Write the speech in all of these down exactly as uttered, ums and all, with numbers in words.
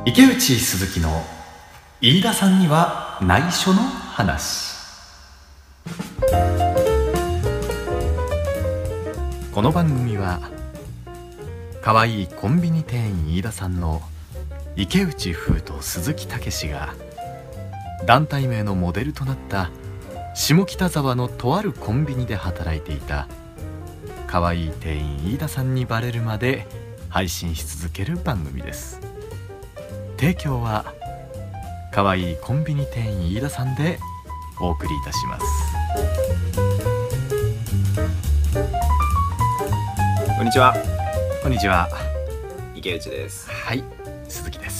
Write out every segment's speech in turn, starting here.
池内鈴木の飯田さんには内緒の話。この番組はかわいいコンビニ店員飯田さんの池内風と鈴木武史が団体名のモデルとなった下北沢のとあるコンビニで働いていたかわいい店員飯田さんにバレるまで配信し続ける番組です。提供はかわいいコンビニ店員飯田さんでお送りいたします。 こんにちは。 こんにちは。 池内です。 はい、鈴木です。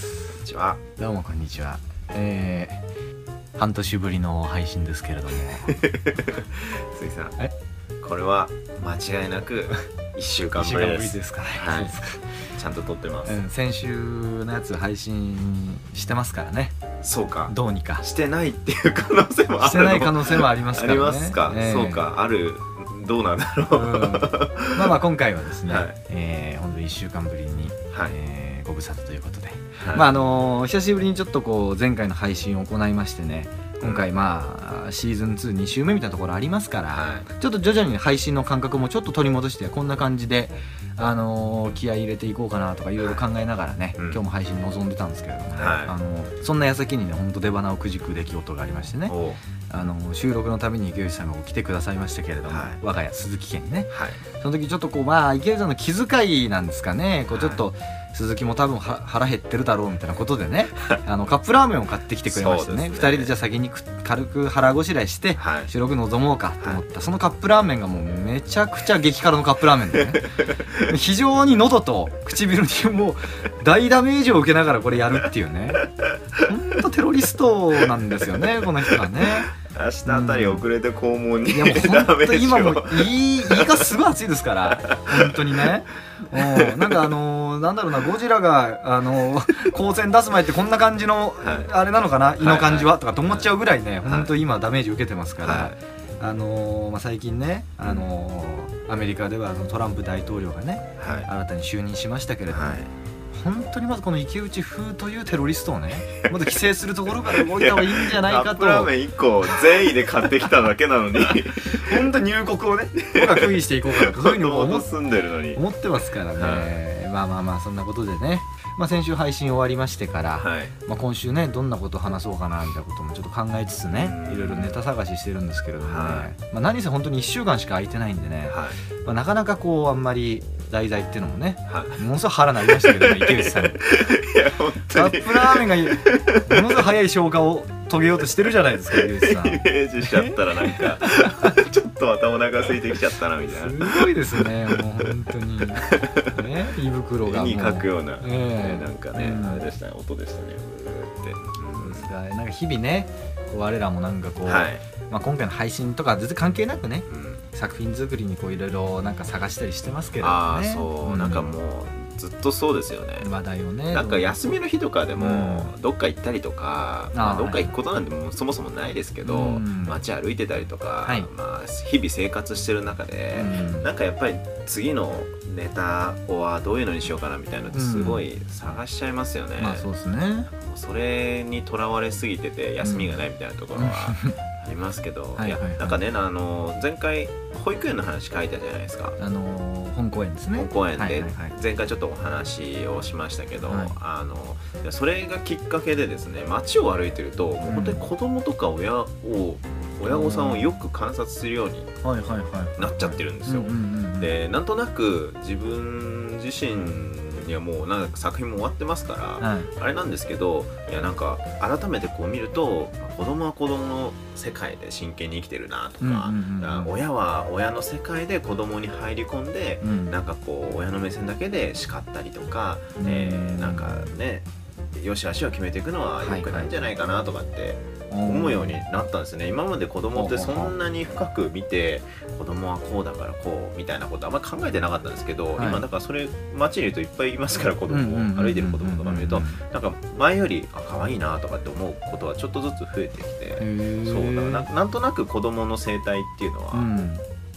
こんにちは。 どうもこんにちは。えー、半年ぶりの配信ですけれども鈴木さん、えこれは間違いなくいっしゅうかんぶりです。いっしゅうかんぶりですかね。はい、ちゃんと撮ってます、 うん、先週のやつ配信してますからね。 そうか、 どうにかしてないっていう可能性もあるの。 してない可能性もありますからね。 ありますか、えー、そうか、ある。どうなんだろう、うん、 まあまあ今回はですね、はい、えー、ほんといっしゅうかんぶりに、はい、えー、ご無沙汰ということで、はい、まああのー、久しぶりにちょっとこう前回の配信を行いましてね、今回まあシーズンツーに週目みたいなところありますから、はい、ちょっと徐々に配信の感覚もちょっと取り戻してこんな感じで、あのー、気合い入れていこうかなとかいろいろ考えながらね、はい、今日も配信臨んでたんですけれどもね、はい、あのー、そんな矢先にね本当出花をくじく出来事がありましてね、あのー、収録のたびに池内さんが来てくださいましたけれども、はい、我が家鈴木家にね、はい、その時ちょっとこうまあ池内さんの気遣いなんですかね、こうちょっと、はい、鈴木も多分腹減ってるだろうみたいなことでねあのカップラーメンを買ってきてくれまして ね, ねふたりでじゃあ先に軽く腹ごしらえして、はい、収録臨もうかと思った、はい、そのカップラーメンがもうめちゃくちゃ激辛のカップラーメンでね非常に喉と唇にもう大ダメージを受けながらこれやるっていうね、ほんとテロリストなんですよねこの人はね。 明日あたり遅れて肛門に、 うん、いやもう本当今もいい胃がすごい熱いですから本当にね。おなんかあのー、なんだろうな、ゴジラがあのー、光線出す前ってこんな感じの、はい、あれなのかな、胃の感じは、はい、とかと思っちゃうぐらいね、はい、本当今ダメージ受けてますから、はい、あのーまあ、最近ね、あのー、アメリカではあのトランプ大統領がね、はい、新たに就任しましたけれども、はい、本当にまずこの池内風というテロリストをねまず規制するところから動いた方がいいんじゃないかと。 カップラーメンいっこ善意で買ってきただけなのに本当入国をね僕は封印していこうかなとそういうふうに思住んでるのに思ってますからね、はい、まあまあまあそんなことでね、まあ、先週配信終わりましてから、はい、まあ、今週ねどんなことを話そうかなみたいなこともちょっと考えつつね、いろいろネタ探ししてるんですけれどもね、はい、まあ、何せ本当にいっしゅうかんしか空いてないんでね、はい、まあ、なかなかこうあんまり題材っていうのもね、はい、ものすごい腹なりましたけどね池内さんいや本当にカップラーメンがものすごい早い消化を遂げようとしてるじゃないですか池内さん。イメージしちゃったらなんかちょっと頭お腹空いてきちゃったなみたいな。 すごいですねもう本当にね、胃袋がもう絵に描くような、 えー、なんかね、うん、あれでしたね、音でしたね、うーって、 うん、ですがなんか日々ねこう我らもなんかこう、はい、まあ、今回の配信とか全然関係なくね、うん、作品作りにこういろいろなんか探したりしてますけれどもね。 あそう、うん、なんかもうずっとそうですよね。 話題をね、 なんか休みの日とかでもどっか行ったりとか、うん、まあ、どっか行くことなんてもうそもそもないですけど、うん、街歩いてたりとか、はい、まあ、日々生活してる中で、うん、なんかやっぱり次のネタはどういうのにしようかなみたいなのってすごい探しちゃいますよね、うん、 まあそうですね。 それにとらわれすぎてて休みがないみたいなところはありますけど、いやなんかね、あの前回保育園の話書いたじゃないですか。 あの本公演ですね。 本公演で前回ちょっとお話をしましたけど、はい、あのそれがきっかけでですね、街を歩いてると、うん、もう本当に子供とか親を親御さんをよく観察するようになっちゃってるんですよ。でなんとなく自分自身にはもうなんか作品も終わってますから、はい、あれなんですけど、いやなんか改めてこう見ると子供は子供の世界で真剣に生きてるなとか、親は親の世界で子供に入り込んで、うん、なんかこう親の目線だけで叱ったりとか、うん、えー、なんかねよし足を決めていくのは良くないんじゃないかなとかって思うようになったんですね。今まで子供ってそんなに深く見て子供はこうだからこうみたいなことあんまり考えてなかったんですけど、はい、今だからそれ街にいるといっぱいいますから、子供を歩いてる子供とか見るとなんか前よりあ可愛いなとかって思うことはちょっとずつ増えてきて、そうだ な, なんとなく子供の生態っていうのは、うん、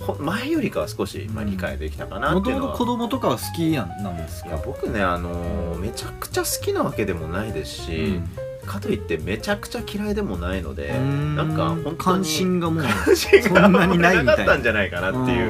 前よりかは少し、まあ、理解できたかなっていうのは。 もともと子供とかは好きなんですか？ いや僕ね、あのー、めちゃくちゃ好きなわけでもないですし、うん、かといってめちゃくちゃ嫌いでもないので、んなんか本当に関心がもうそんなにないみたいなかったんじゃないかなっていう、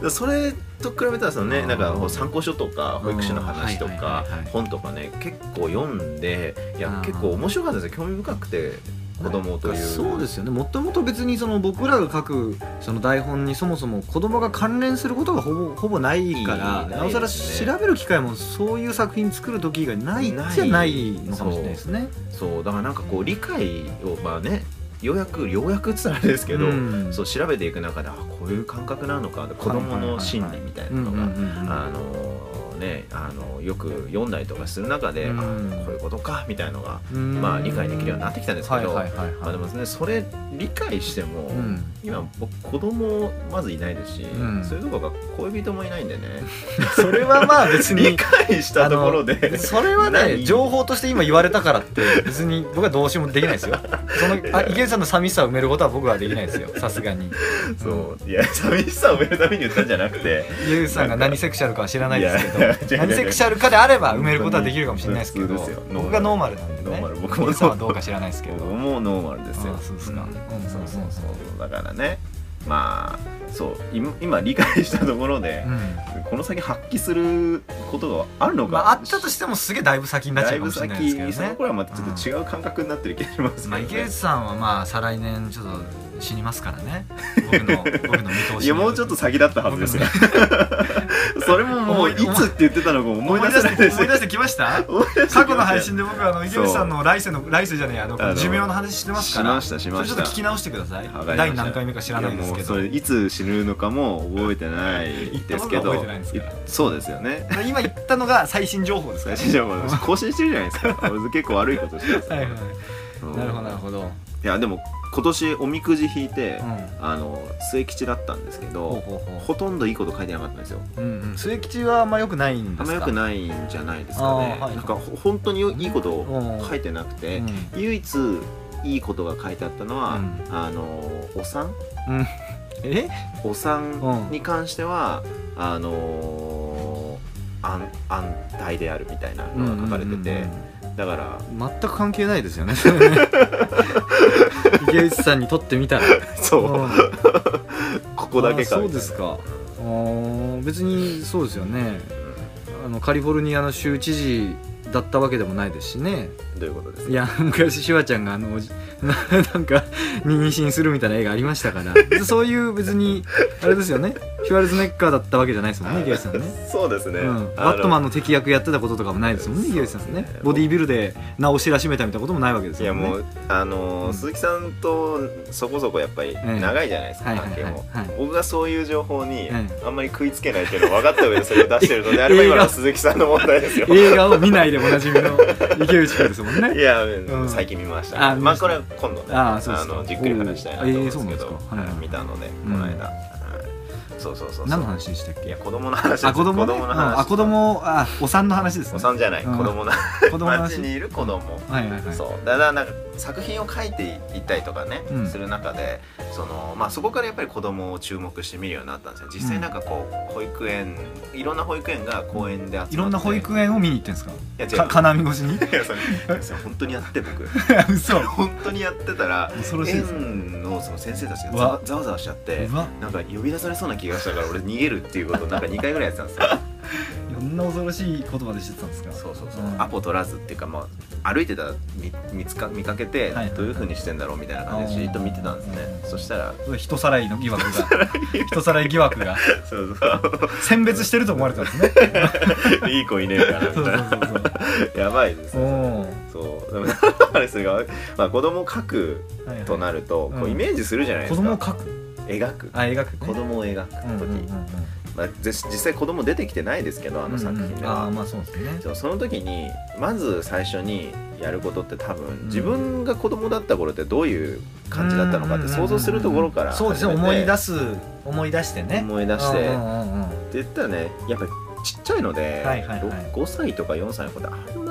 それと比べたらそのね、なんか参考書とか保育士の話とか本とかね結構読んで、いや結構面白かったですよ。興味深くて。子供という、 そうですよね。もともと別にその僕らが書くその台本にそもそも子供が関連することがほぼほぼないから、なおさら調べる機会もそういう作品作る時以外ないじゃないのかもしれないですね。 そう、そうだからなんかこう理解をまあね、ようやくようやくって言ったらあれですけど、うん、そう調べていく中で、あこういう感覚なのか、子供の心理みたいなのがあのね、あのよく読んだりとかする中で、うん、あこういうことかみたいなのが、まあ、理解できるようになってきたんですけど、まあでもね、それ理解しても、うん、今僕子供まずいないですし、うん、そういうところが恋人もいないんでねそれはまあ別に理解したところでそれはね情報として今言われたからって別に僕はどうしようもできないですよ。そのあ池内さんの寂しさを埋めることは僕はできないですよ、さすがに。 そう、うん、いや寂しさを埋めるために言ったんじゃなくて、 池内さんが何セクシャルかは知らないですけど何セクシャルかであれば埋めることはできるかもしれないですけど、僕がノーマルなんでね。ノーマル、僕もさんはどうか知らないですけど、 僕もノーマルですよ。 そうですか。うん、 そうそうそう。だからね、まあそう今理解したところで、うん、この先発揮することがあるのか、まあ、あったとしてもすげえだいぶ先になっちゃうかもしれないですけどね。 その頃はまたちょっと違う感覚になってる気がしますけどね。 まあ、池内さんはまあ再来年ちょっと死にますからね。僕の僕の見通し。 いやもうちょっと先だったはずですよ。それももういつって言ってたのか思い出せないです。 思い出してきました？過去の配信で僕はあの池内さんの来世の来世じゃねえあの寿命の話してますから。 しましたしました。 それちょっと聞き直してください。第何回目か知らないですけど。 それいつ死ぬのかも覚えてないですけど。 覚えてないんですから。 そうですよね。 今言ったのが最新情報ですから。 最新情報です。更新してるじゃないですか。俺結構悪いことしてます。はいはい。 なるほどなるほど。 いやでも今年おみくじ引いて、うん、あの末吉だったんですけど、ほうほうほう、ほとんどいいこと書いてなかったんですよ。 うんうん、末吉はあんま良くないんですか？ あんま良くないんじゃないですかね。はい、なんか本当にいいことを書いてなくて、うん、唯一いいことが書いてあったのは、うん、あのお産、うん、えお産に関しては、うん、あの安安泰であるみたいなのが書かれてて。うんうんうんうん、だから全く関係ないですよね池内さんにとってみたらそう、うん、ここだけかそうですか。あ別にそうですよね。あのカリフォルニアの州知事だったわけでもないですしね。 どういうことですか？ いや昔シュワちゃんがあのなんか妊娠するみたいな映画ありましたからそういう別にあれですよね。シュワルツェネッカーだったわけじゃないですもんね、池内さんね。 そうですね、うん、 バットマンの敵役やってたこととかもないですもんね、池内さんね。ボディービルで名を知らしめたみたいなこともないわけですよね。 いやもうあのーうん、鈴木さんとそこそこやっぱり長いじゃないですか、関係も。僕がそういう情報にあんまり食いつけないっていうのを分かった上でそれを出してるのであれば今のは鈴木さんの問題ですよ。 映画を見ないでおなじみの池内君ですもんね。 いや、うん、最近見ました、ね、あまあこれは今度ね、ああのじっくり話したいなと思うんですけど、えーはい、見たので、うん、この間、そうそうそう。 何の話でしたっけ？ いや子供の話です。 あ子供の話。あ子供あお産の話ですね。 お産じゃない、子供の子供の町にいる子供。はいはいはい。そうだからなんか作品を書いていったりとかね、する中でそのまあそこからやっぱり子供を注目して見るようになったんですよ。実際なんかこう保育園いろんな保育園が公園で集まって、 いろんな保育園を見に行ってんですか？いや違う。金網越しに？いやそれ本当にやって僕。 嘘。 本当にやってたら園のその先生たちがざわざわしちゃって、なんか呼び出されそうな気がしたから俺逃げるっていうことをなんかにかいぐらいやってたんですよ。 こんな恐ろしい言葉でしてたんですか？ そうそうそう、うん、アポ取らずっていうか、まあ、歩いてたら 見, 見, つか見かけて、はい、どういう風にしてんだろうみたいな感じでじっと見てたんですね。そしたら人さらいの疑惑が人さらい疑惑がそうそう選別してると思われたんですね。 いい子いねえかなみたいな。そうそうそうそうやばいですね。そうでもあれですが、まあ、子供を描くとなると、はいはい、こうイメージするじゃないですか。 子供を描く描くあ描く、ね、 子供を描く時、うんうんうんうん、まあ、実際子供出てきてないですけどあの作品では、 うんうん、あまあそうですね。 そ, その時にまず最初にやることって多分自分が子供だった頃ってどういう感じだったのかって想像するところから始めて、 そうですね、思い出す思い出してね思い出してって言ったらね、やっぱりちっちゃいので、はいはいはい、ごさいとかよんさいの子ってあんま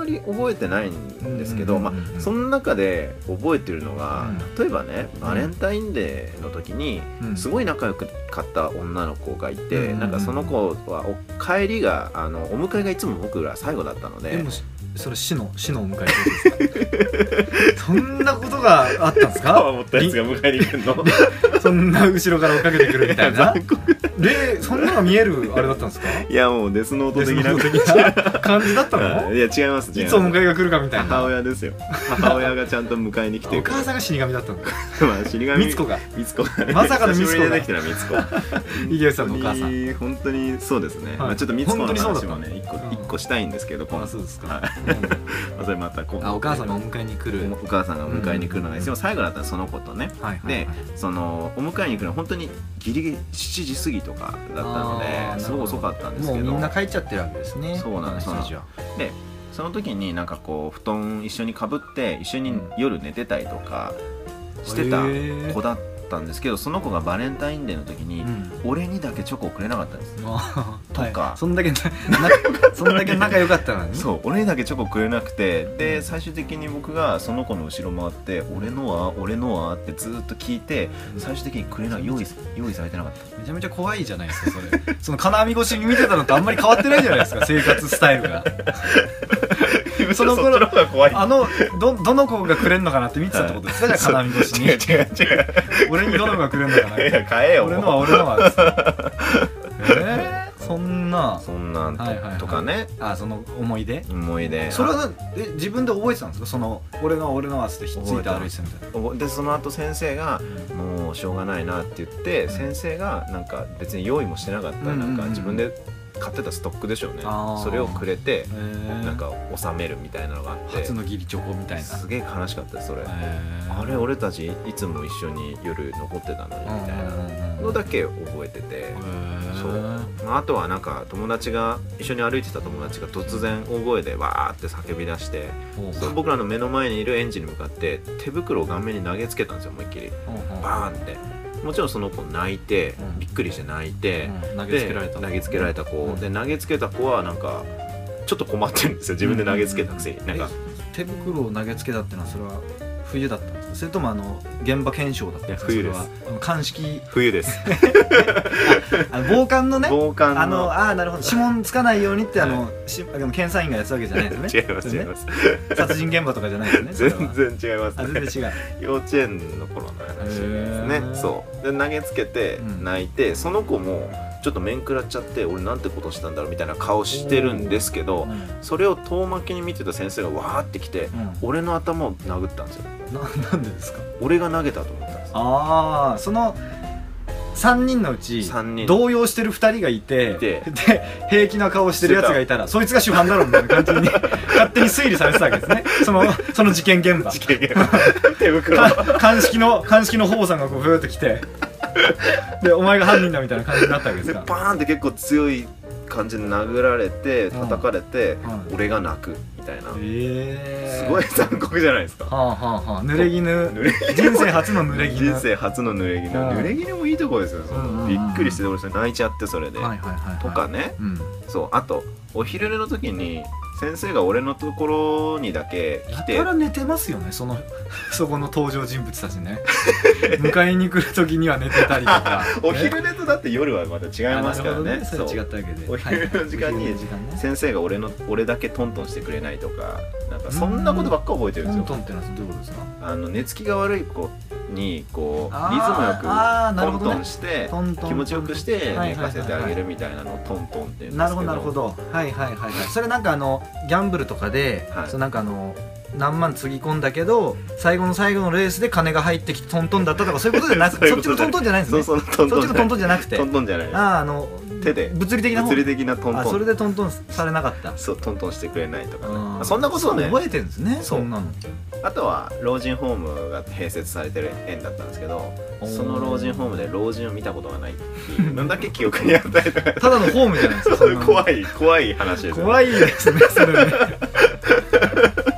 まり覚えてないんですけど、まあ、その中で覚えてるのが、うん、例えばねバレンタインデーの時にすごい仲良くかった女の子がいて、うん、なんかその子はお帰りがあのお迎えがいつも僕ら最後だったので。 でもそれ死の死のお迎えですかそんなことがあったんですか川持ったやつが迎えに来るのそんな後ろから追っかけてくるみたいなでそんなのが見えるあれだったんですかいやもうデスノート的な感じだったのいや違います違いますいつお迎えが来るかみたいな母親ですよ母親がちゃんと迎えに来てお母さんが死神だったんだまあ死神みつこがみつこがまさかのみつこができたらみつこ池内さんのお母さん本当にそうですね、はいまあ、ちょっとみつこの話もね一個一個したいんですけどあそうですか、 はいそれまた今度あお母さんがお迎えに来るお母さんがお迎えに来るのが一番最後だったらその子とね、はいはいはい、でそのお迎えに来るのは本当にギリギリしちじ過ぎとかだったのですごい遅かったんですけどもうみんな帰っちゃってるわけですねそうなんですでその時になんかこう布団一緒にかぶって一緒に夜寝てたりとかしてた子だったんですけど、その子がバレンタインデーの時に、うん、俺にだけチョコをくれなかったんですとか、 はい、そんだけそんだけ仲良かったのにそう俺にだけチョコくれなくてで最終的に僕がその子の後ろ回って俺のは俺のはってずっと聞いて最終的にくれない用意用意されてなかっためちゃめちゃ怖いじゃないですかそれその金網越しに見てたのとあんまり変わってないじゃないですか生活スタイルがその頃のあの ど, どの子がくれんのかなって見てたってことですか、はい、じゃあ金網越しに違う違う違う俺にどの子がくれんのかなっていや買えよ俺のは俺のはえー、そんなそんなん と,、はいはいはい、とかねあその思い出思い出それはえ自分で覚えてたんですかその俺のは俺のはってひっついて歩いてたみたいなでその後先生が、うん、もうしょうがないなって言って、うん、先生がなんか別に用意もしてなかった、うんうんうん、なんか自分で買ってたストックでしょうねそれをくれてなんか納めるみたいなのがあって初の義理チョコみたいなすげえ悲しかったですそれあれ俺たちいつも一緒に夜残ってたのにみたいなのだけ覚えててそう、まあ、あとはなんか友達が一緒に歩いてた友達が突然大声でわーって叫び出してその僕らの目の前にいる園児に向かって手袋を顔面に投げつけたんですよ思いっきりバーンってもちろんその子泣いて、うん、びっくりして泣いて、 うん、投げつけられた投げつけられた子、うん、で投げつけた子はなんかちょっと困ってるんですよ自分で投げつけたくせに、うん、なんか手袋を投げつけたっていうのはそれは冬だったんですかそれともあの現場検証だったんですか冬ですそれは鑑識冬ですあの防寒のね防寒のあのあなるほど指紋つかないようにってあの、はい、し検査員がやつわけじゃないですね違います違います、ね、 殺人現場とかじゃないですね全然違います、ね、 あ全然違う幼稚園の頃の話ですねそうで投げつけて泣いて、うん、その子もちょっと面食らっちゃって俺なんてことしたんだろうみたいな顔してるんですけど、うん、それを遠巻きに見てた先生がわーってきて、うん、俺の頭を殴ったんですよな, なんでですか俺が投げたと思ったんですああそのさんにんのうち動揺してるふたりがいてで平気な顔してるやつがいたらそいつが主犯だろうみたいな感じに勝手に推理されてたわけですねそのその事件現場事件現場手袋鑑識の鑑識の保護さんがこうふーっと来てでお前が犯人だみたいな感じになったわけですかでバーンって結構強い感じで殴られて叩かれて、うん、俺が泣くみたいな、えー、すごい残酷じゃないですか、 はあはあはあ、濡れ衣人生初の濡れ衣人生初の濡れ衣濡れ衣もいいとこですよその、うんうんうん、びっくりして俺それ泣いちゃってそれで、はいはいはいはい、とかね、うん、そうあとお昼寝の時に先生が俺のところにだけ来てやたら寝てますよねそのそこの登場人物たちね迎えに来る時には寝てたりとかお昼寝とだって夜はまた違いますからねそれ違ったわけでお昼の時間に先生が俺の俺だけトントンしてくれないとかなんかそんなことばっか覚えてるんですよトントンってのはどういうことですかあの寝つきが悪い子にこうリズムよくトントンして、ね、気持ちよくして寝かせてあげるみたいなのをトントンって言うんですけどなるほどなるほどはいはいはいはいそれなんかあのギャンブルとかで、はい、そうなんかあの何万つぎ込んだけど最後の最後のレースで金が入ってきてトントンだったとかそういうことじゃなくてそっちのトントンじゃないんですねそうそうトントンそっちのトントンじゃなくてトントンじゃないああの手で物理的な物理的なトントンあそれでトントンされなかったそうトントンしてくれないとかねそんなことをね覚えてるんですねそんなのあとは老人ホームが併設されてる園だったんですけどその老人ホームで老人を見たことがないっていうのだけ記憶にあったりとかただのホームじゃないですか怖い怖い話です怖いですねそれね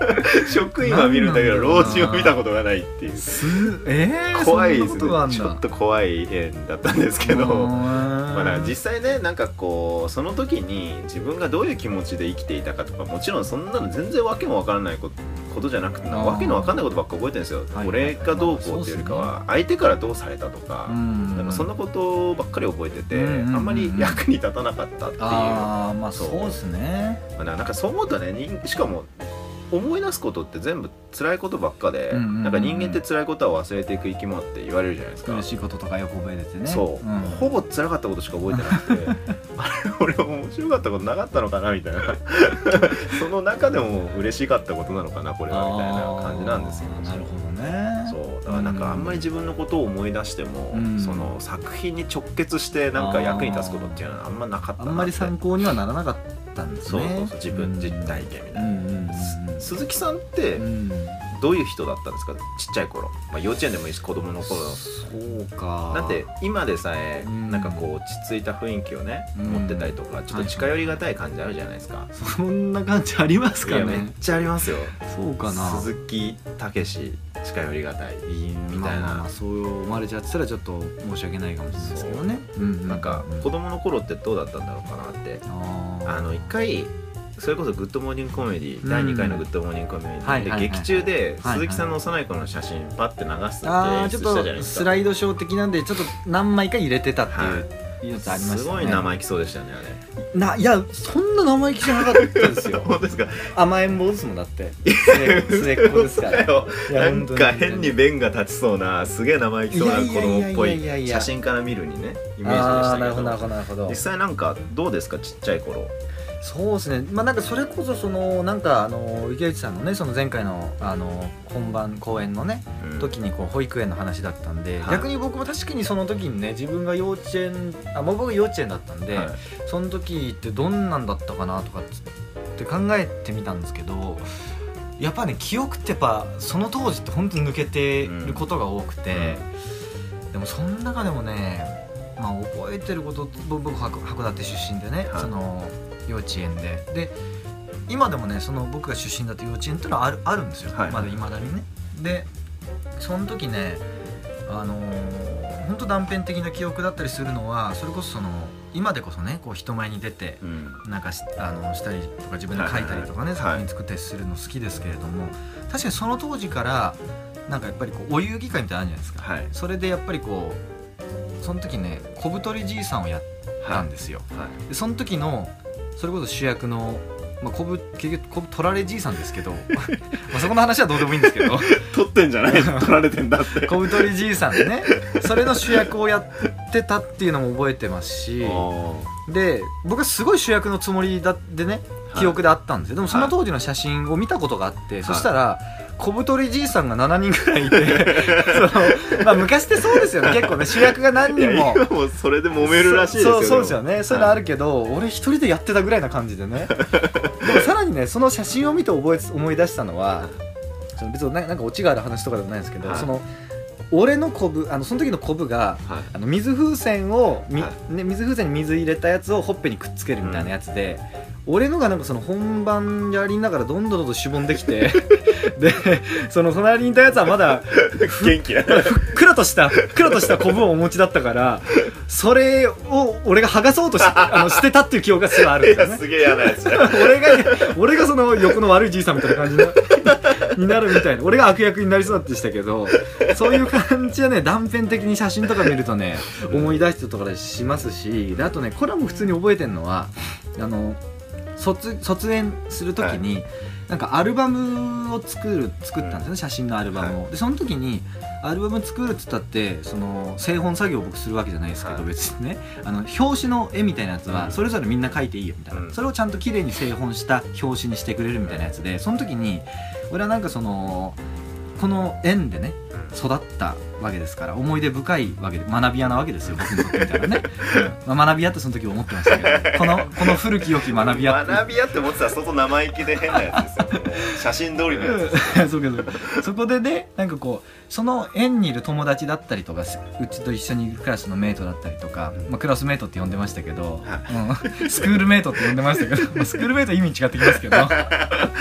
職員は見るんだけど老人を見たことがないっていうすえー、 怖いですね。 そんなことがあんだ。 ちょっと怖い縁だったんですけど、まあ、だから実際ねなんかこうその時に自分がどういう気持ちで生きていたかとかもちろんそんなの全然わけもわからないことことじゃなくてわけのわかんないことばっか覚えてるんですよ。俺がどうこうっていうよりかは相手からどうされたとか、なんかそんなことばっかり覚えてて、あんまり役に立たなかったっていう。 ああまあそうですね。 まあ、なんかそう思うとね、しかも思い出すことって全部辛いことばっかで、うんうんうんうん、なんか人間って辛いことは忘れていく生き物って言われるじゃないですか。 苦しいこととかよく覚えててね。 そう、うん、ほぼ辛かったことしか覚えてなくてあれ俺面白かったことなかったのかなみたいなその中でも嬉しかったことなのかなこれはみたいな感じなんですよ。 なるほどね。 そうだからなんかあんまり自分のことを思い出しても、うん、その作品に直結してなんか役に立つことっていうのはあんまなかったなって。 あんまり参考にはならなかったんですね。 そうそうそう、自分実体験みたいな、うんうんうん、鈴木さんってどういう人だったんですか、ちっちゃい頃、まあ、幼稚園でもいいし子供の頃。 そうか。 だって今でさえなんかこう落ち着いた雰囲気をね、うん、持ってたりとかちょっと近寄りがたい感じあるじゃないですか、はい、 そんな感じありますかね。 いやめっちゃありますよ。 そうかな。 鈴木武史近寄りがたいみたいな、まあまあそう生まれちゃってたらちょっと申し訳ないかもしれないですけどね、 うん、なんか子供の頃ってどうだったんだろうかなって。あの一回それこそグッドモーニングコメディ、うん、だいにかいのグッドモーニングコメディ、はいはいはい、で劇中で鈴木さんの幼い頃の写真パッて流すって演出したじゃないですか。 スライドショー的なんでちょっと何枚か入れてたっていう、はい、やつありましたね。 すごい生意気そうでしたねあれ。 ないやそんな生意気じゃなかったですよ本当ですか。 甘えん坊ですもんだって末っ子ですからなんか変に弁が立ちそうなすげえ生意気そうな子供っぽい写真から見るにねイメージでしたけど。 なるほどなるほどなるほど。 実際なんかどうですかちっちゃい頃。 そうですね、まあ、なんかそれこそそのなんかあの池内さんのねその前回のあの本番公演のね、うん、時にこう保育園の話だったんで、はい、逆に僕も確かにその時にね自分が幼稚園あもう僕幼稚園だったんで、はい、その時ってどんなんだったかなとかって考えてみたんですけど、やっぱね記憶ってやっぱその当時って本当に抜けてることが多くて、うん、でもその中でもね、まあ、覚えてること僕函館出身でね、はい、その幼稚園でで今でもねその僕が出身だった幼稚園っていうのはある、あるんですよ、はい、まだいまだにね。でその時ねあのー、本当断片的な記憶だったりするのはそれこそその今でこそねこう人前に出て、うん、なんかしあのしたりとか自分で書いたりとかね、はいはいはい、作品作ったりするの好きですけれども、はい、確かにその当時からなんかやっぱりこうお遊戯会みたいなのあるじゃないですか、はい、それでやっぱりこうその時ね小太りじいさんをやったんですよ、はいはい、でその時のそれこそ主役の、まあ、こぶ結局こぶ取られじいさんですけどまあそこの話はどうでもいいんですけど取ってんじゃない取られてんだって小太りじいさんでねそれの主役をやってたっていうのも覚えてますしで僕はすごい主役のつもりだでね記憶であったんですよ。でもその当時の写真を見たことがあって、はい、そしたら小太りじいさんがななにんぐらいいてその、まあ、昔ってそうですよね結構ね主役が何人もいや今もそれで揉めるらしいですよ。 そう、そうですよね。そういうのあるけど、はい、俺一人でやってたぐらいな感じでねでもさらにねその写真を見て覚え思い出したのはその別になんかオチがある話とかでもないんですけど、はい、その俺のコブあのその時のコブが、はい、あの水風船を、はいね、水風船に水入れたやつをほっぺにくっつけるみたいなやつで、うん、俺のがなんかその本番やりながらどんどんどんどんしぼんできてでその隣にいたやつはまだ元気なふっくらとしたふっくらとしたコブをお持ちだったからそれを俺が剥がそうと し, あのしてたっていう記憶がすごいあるんですよね。 すげえ嫌なやつ俺が俺がその横の悪いじいさんみたいな感じになるみたいな俺が悪役になりそうだってしたけどそういう感じはね断片的に写真とか見るとね思い出したとかしますし、であとねこれはもう普通に覚えてるのはあの 卒, 卒園するときに、はい、なんかアルバムを作る作ったんですよね、写真のアルバムを、はい、でその時にアルバム作るっつったってその製本作業を僕するわけじゃないですけど、はい、別にねあの表紙の絵みたいなやつはそれぞれみんな描いていいよみたいな、うん、それをちゃんと綺麗に製本した表紙にしてくれるみたいなやつで、その時に俺はなんかそのこの縁でね育ったわけですから思い出深いわけで学び屋なわけですよ僕にとってみたいなね、うんまあ、学び屋ってその時思ってましたけどこのこの古き良き学び屋って学び屋って思ってたら相当生意気で変なやつですよ写真通りのやつですそうけどそこでねなんかこうその園にいる友達だったりとかうちと一緒にいるクラスのメイトだったりとか、うんまあ、クラスメイトって呼んでましたけど、うん、スクールメイトって呼んでましたけどスクールメイト意味違ってきますけど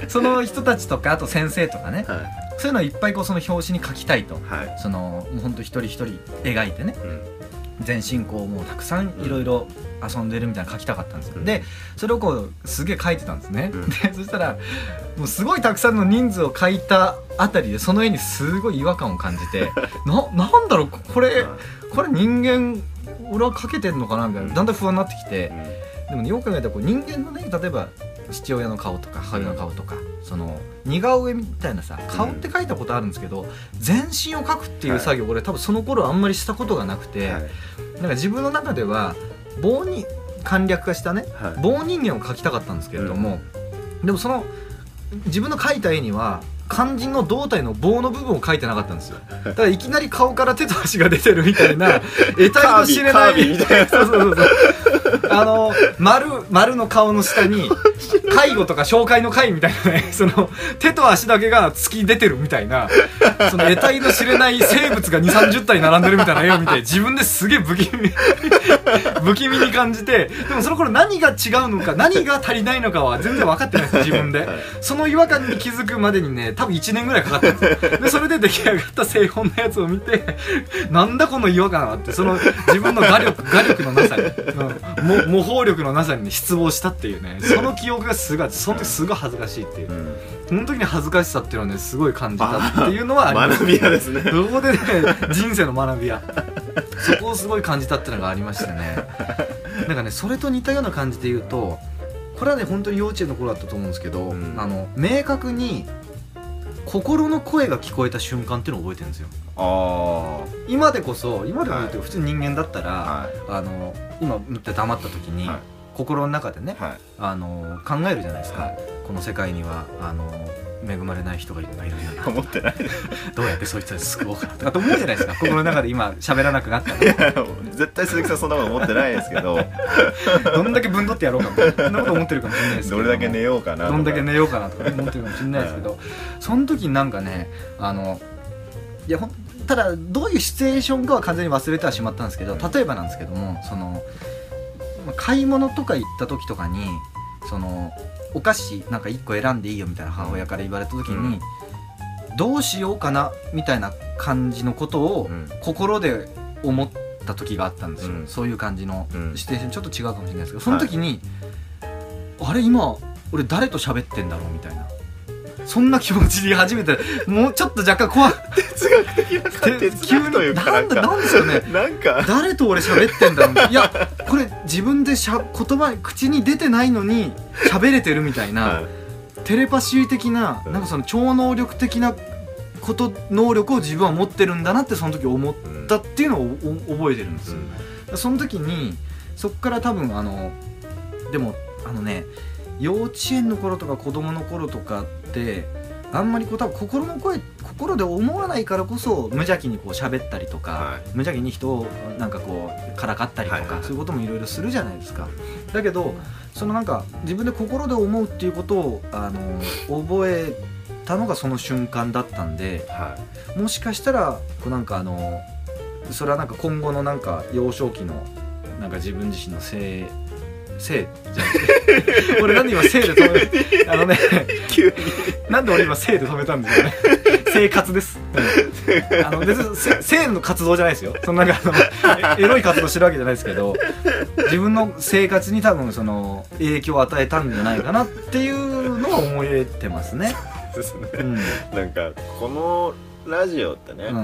その人たちとかあと先生とかね、 はい、 そういうのをいっぱいこうその表紙に書きたいと、 はい、 そのもうほんと一人一人描いてね、うん、全進行をもうたくさんいろいろ遊んでるみたいなの書きたかったんですよ、うん、でそれをこうすげえ書いてたんですね、うん、でそしたらもうすごいたくさんの人数を書いたあたりでその絵にすごい違和感を感じてな, なんだろうこれこれ人間俺は描けてんのかなみたいなだんだん不安になってきて、うん、でも、ね、よく考えたらこう人間のね例えば父親の顔とか母親の顔とか、うん、その似顔絵みたいなさ顔って描いたことあるんですけど、うん、全身を描くっていう作業、はい、俺多分その頃あんまりしたことがなくて、はい、なんか自分の中では棒に簡略化したね、はい、棒人間を描きたかったんですけれども、うん、でもその自分の描いた絵には肝心の胴体の棒の部分を描いてなかったんですよ。だからいきなり顔から手と足が出てるみたいな得体の知れないみたいなそうそうそうそうあの 丸, 丸の顔の下に介護とか紹介の会みたいなねその手と足だけが突き出てるみたいなその得体の知れない生物がにじゅう、さんじゅう体並んでるみたいな絵を見て自分ですげえ不気味不気味に感じて、でもその頃何が違うのか何が足りないのかは全然分かってないんですよ自分で。その違和感に気づくまでにね多分いちねんぐらいかかったんですよ。でそれで出来上がった製本のやつを見てなんだこの違和感はってその自分の画力画力のなさに、うん、模倣力のなさに、ね、失望したっていうねその記憶がすごいその時すごい恥ずかしいっていう、うん、その時に恥ずかしさっていうのはねすごい感じたっていうのはあります。 学び屋ですね。 そこでね人生の学び屋そこをすごい感じたっていうのがありましたね。なんかねそれと似たような感じで言うとこれはね本当に幼稚園の頃だったと思うんですけど、うん、あの明確に心の声が聞こえた瞬間っていうのを覚えてるんですよ。あ今でこそ今でも言うと普通に人間だったら、はい、あの今見て黙った時に、はい、心の中でね、はい、あの考えるじゃないですか、はい、この世界にはあの恵まれない人がいるよな思ってないどうやってそいつら救おうかなとかと思うじゃないですか心の中で今喋らなくなったらいや絶対鈴木さんそんなこと思ってないですけどどんだけぶんどってやろうかみたいなそんなこと思ってるかもしれないですけどどれだけ寝ようかなどんだけ寝ようかなとか思ってるかもしれないですけどその時になんかねあのいやほんただどういうシチュエーションかは完全に忘れてはしまったんですけど例えばなんですけどもその買い物とか行った時とかにそのお菓子なんかいっこ選んでいいよみたいな母親から言われた時に、うん、どうしようかなみたいな感じのことを心で思った時があったんですよ、うん、そういう感じのシチュエーションちょっと違うかもしれないですけどその時に、はい、あれ今俺誰と喋ってんだろうみたいなそんな気持ちに初めてもうちょっと若干怖い哲学的な哲学というかなんだなんですよねなんか誰と俺喋ってんだろういやこれ自分でしゃ言葉口に出てないのに喋れてるみたいな、はい、テレパシー的ななんかその超能力的なこと能力を自分は持ってるんだなってその時思ったっていうのを覚えてるんですよ、うん、その時にそっから多分あのでもあのね幼稚園の頃とか子供の頃とかってあんまりこう多分心の声心で思わないからこそ無邪気にこう喋ったりとか、はい、無邪気に人をなんかこうからかったりとか、はいはいはい、そういうこともいろいろするじゃないですか。だけどそのなんか自分で心で思うっていうことをあの覚えたのがその瞬間だったんで、はい、もしかしたらこうなんかあのそれはなんか今後のなんか幼少期のなんか自分自身の性性じゃん俺なんで今性で止めあのね急になんで俺今性で止めたんですよね生活です、うん、あの別に性の活動じゃないですよそんななんかあのエロい活動してるわけじゃないですけど自分の生活に多分その影響を与えたんじゃないかなっていうのは思えてますね。 そうですね、うん、なんかこのラジオってね、うんうんうん、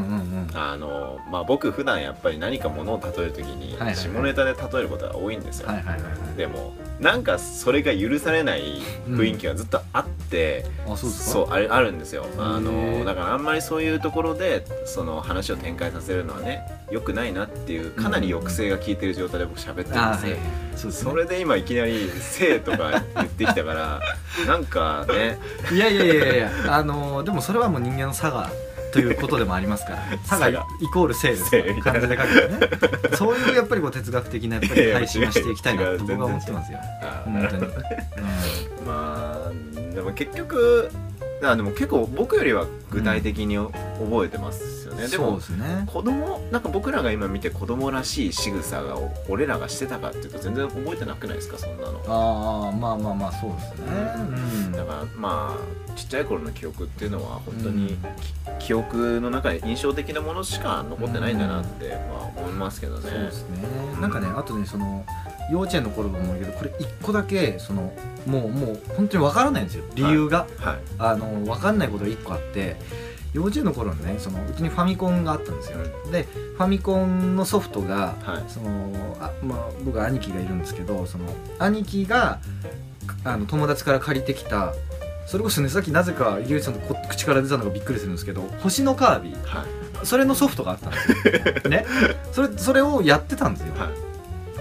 あのまあ、僕普段やっぱり何かものを例えるときに下ネタで例えることが多いんですよ、はいはいはいはい、でもなんかそれが許されない雰囲気がずっとあって、うん、あ、そうですか？そう、あれ、あるんですよ。あのだからあんまりそういうところでその話を展開させるのはね良くないなっていうかなり抑制が効いてる状態で僕喋ってるんですよ、うんうん、そうですね、それで今いきなり性とか言ってきたからなんかねいやいやいやいやあのでもそれはもう人間の差がということでもありますから差がイコール性ですから漢字で書くとねそういうやっぱりこう哲学的なやっぱり配信をしていきたいなと僕は思ってますよ本当に、うん、 まあでも結局らでも結構僕よりは具体的に覚えてますよね、うん、でもそうですね、 子供なんか僕らが今見て子供らしい仕草が俺らがしてたかっていうと全然覚えてなくないですか、そんなの。 ああまあまあまあそうですね、うん、 だからまあちっちゃい頃の記憶っていうのは本当に、うん、記憶の中で印象的なものしか残ってないんだなって、うん、まあ思いますけどね。 そうですね、なんかねあとねその幼稚園の頃も思うけどこれ一個だけそのもうもう本当に分からないんですよ理由が、はいはい、あの分かんないことが一個あって、幼稚園の頃にねそのうちにファミコンがあったんですよ、うん、でファミコンのソフトが、はい、そのあ、まあ、僕は兄貴がいるんですけど、その兄貴があの友達から借りてきた、それこそねさっきなぜか池内さんの口から出たのがびっくりするんですけど、星のカービィ、はい、それのソフトがあったんですよ、ね、それそれをやってたんですよ、はい、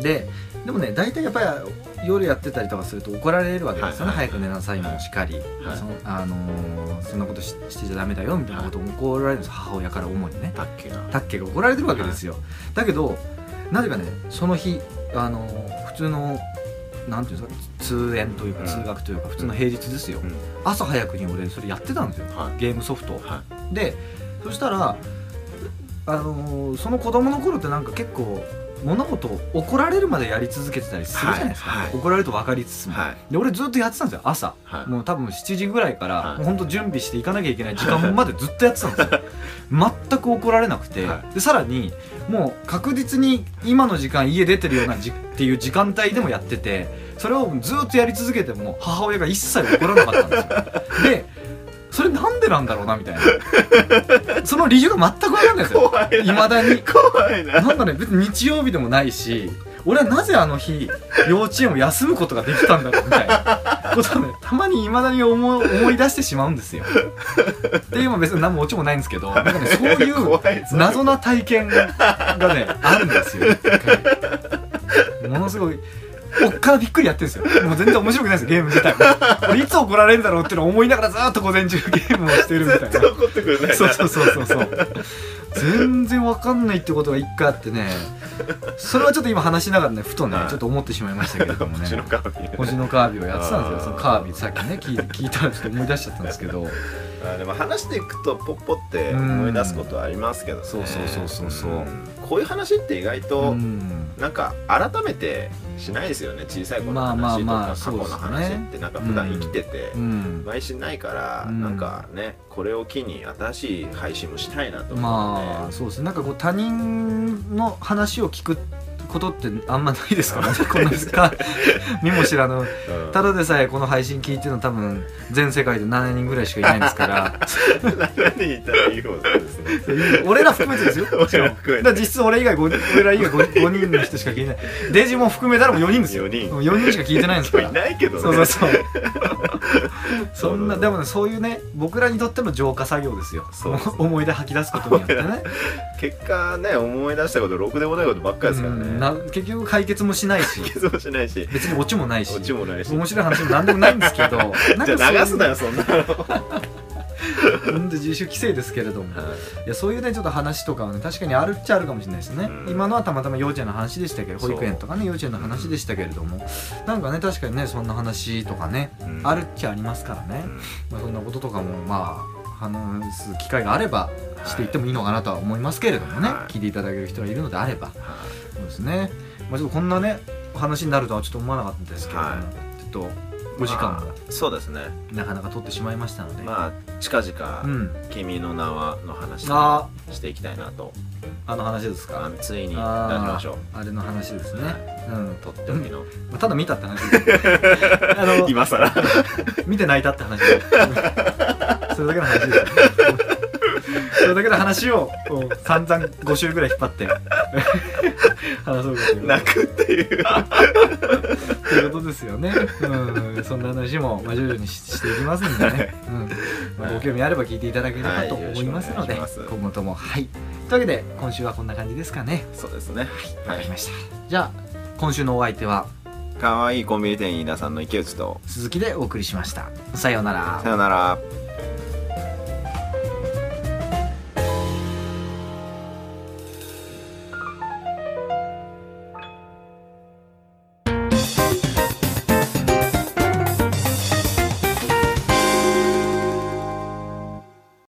ででもね大体やっぱり夜やってたりとかすると怒られるわけですよね、はいはいはい、早く寝なさいもしかり、はいそのあのー、そんなこと し, してちゃダメだよみたいなことを怒られるんです、母親から主にね、 タッケがタッケが怒られてるわけですよ、はい、だけどなぜかねその日、あのー、普通のなんていうんですか通園というか、うん、通学というか普通の平日ですよ、うん、朝早くに俺それやってたんですよ、はい、ゲームソフト、はい、でそしたら、あのー、その子供の頃ってなんか結構物事を怒られるまでやり続けてたりするじゃないですか、はいはい、怒られると分かりつつも、はい、で俺ずっとやってたんですよ朝、はい、もう多分しちじぐらいから、はい、もうほんと準備していかなきゃいけない時間までずっとやってたんですよ全く怒られなくて、はい、でさらにもう確実に今の時間家出てるようなじっていう時間帯でもやってて、それをずっとやり続けても母親が一切怒らなかったんですよでそれなんでなんだろうなみたいなその理由が全く分かんないですよいまだに。 怖いな。 なんかね別に日曜日でもないし、俺はなぜあの日幼稚園を休むことができたんだろうみたいなことをねたまにいまだに思い、思い出してしまうんですよっていうのは別に何もオチもないんですけど、なんかねそういう謎な体験がねあるんですよものすごいおっからびっくりやってるんですよ。もう全然面白くないですよゲーム自体も。俺いつ怒られるんだろうってのを思いながらずっと午前中ゲームをしてるみたいな。 絶対怒ってくれないな。 そうそうそうそうそう全然わかんないってことが一回あってね、それはちょっと今話しながらねふとね、はい、ちょっと思ってしまいましたけれどもね星のカービィ星のカービィをやってたんですよ。そのカービィさっきね聞い、聞いたらちょっと思い出しちゃったんですけどあでも話していくとポッポって思い出すことはありますけどね。 そうそうそうそうそう、うん、 こういう話って意外となんか改めてしないですよね。小さい頃の話とか過去の話ってなんか普段生きてて毎しないから、うん、なんかねこれを機に新しい配信もしたいなと思うので、 まあそうですね。なんかこう他人の話を聞くことってあんまないですからねこんなですか見も知らぬ、うん、ただでさえこの配信聞いてるの多分全世界でななにんぐらいしかいないんですからななにんいたらいい方ですね俺ら含めてですよ俺ら含めてだ実質俺以外俺ら以外 5, ごにんの人しか聞いてないデジも含めたらもうよにんですよ。よにんよにんしか聞いてないんですからいないけどね。 そうそうそうそんなでもねそういうね僕らにとっての浄化作業ですよ。そうですね、思い出吐き出すことによってね結果ね思い出したことろくでもないことばっかりですからね。 な結局解決もしないし解決もしないし別にオチもないしオチもないし面白い話も何でもないんですけどなんかじゃあ流すなよそんなの本当自主規制ですけれども、はい、いやそういうねちょっと話とかはね確かにあるっちゃあるかもしれないですね、うん、今のはたまたま幼稚園の話でしたけど保育園とかね幼稚園の話でしたけれども、うん、なんかね確かにねそんな話とかね、うん、あるっちゃありますからね、うんまあ、そんなこととかもまあ話す機会があればしていってもいいのかなとは思いますけれどもね、はい、聞いていただける人がいるのであれば、はい、そうですね、まあ、ちょっとこんなね話になるとはちょっと思わなかったですけれども、はい、ちょっとお時間が、まあ、そうですねなかなか取ってしまいましたのでまあ近々、うん、君の名はの話をしていきたいなと。 あの話ですか。 ついに出しましょう。 あれの話ですね、 うん、とっておきの、 うん、ただ見たって話ですあの今更見て泣いたって話それだけの話ですよねそれだけの話を散々ご週ぐらい引っ張って話そうかという泣くっていうということですよね、うん、そんな話も徐々に し, していきますんでね、うんまあ、ご興味あれば聞いていただければと思いますので、はい、今後ともはいというわけで今週はこんな感じですかね。 そうですね、 はい、わかりました、はい、じゃあ今週のお相手はかわいいコンビニ店員飯田さんの池内と鈴木でお送りしました。さようなら。 さようなら。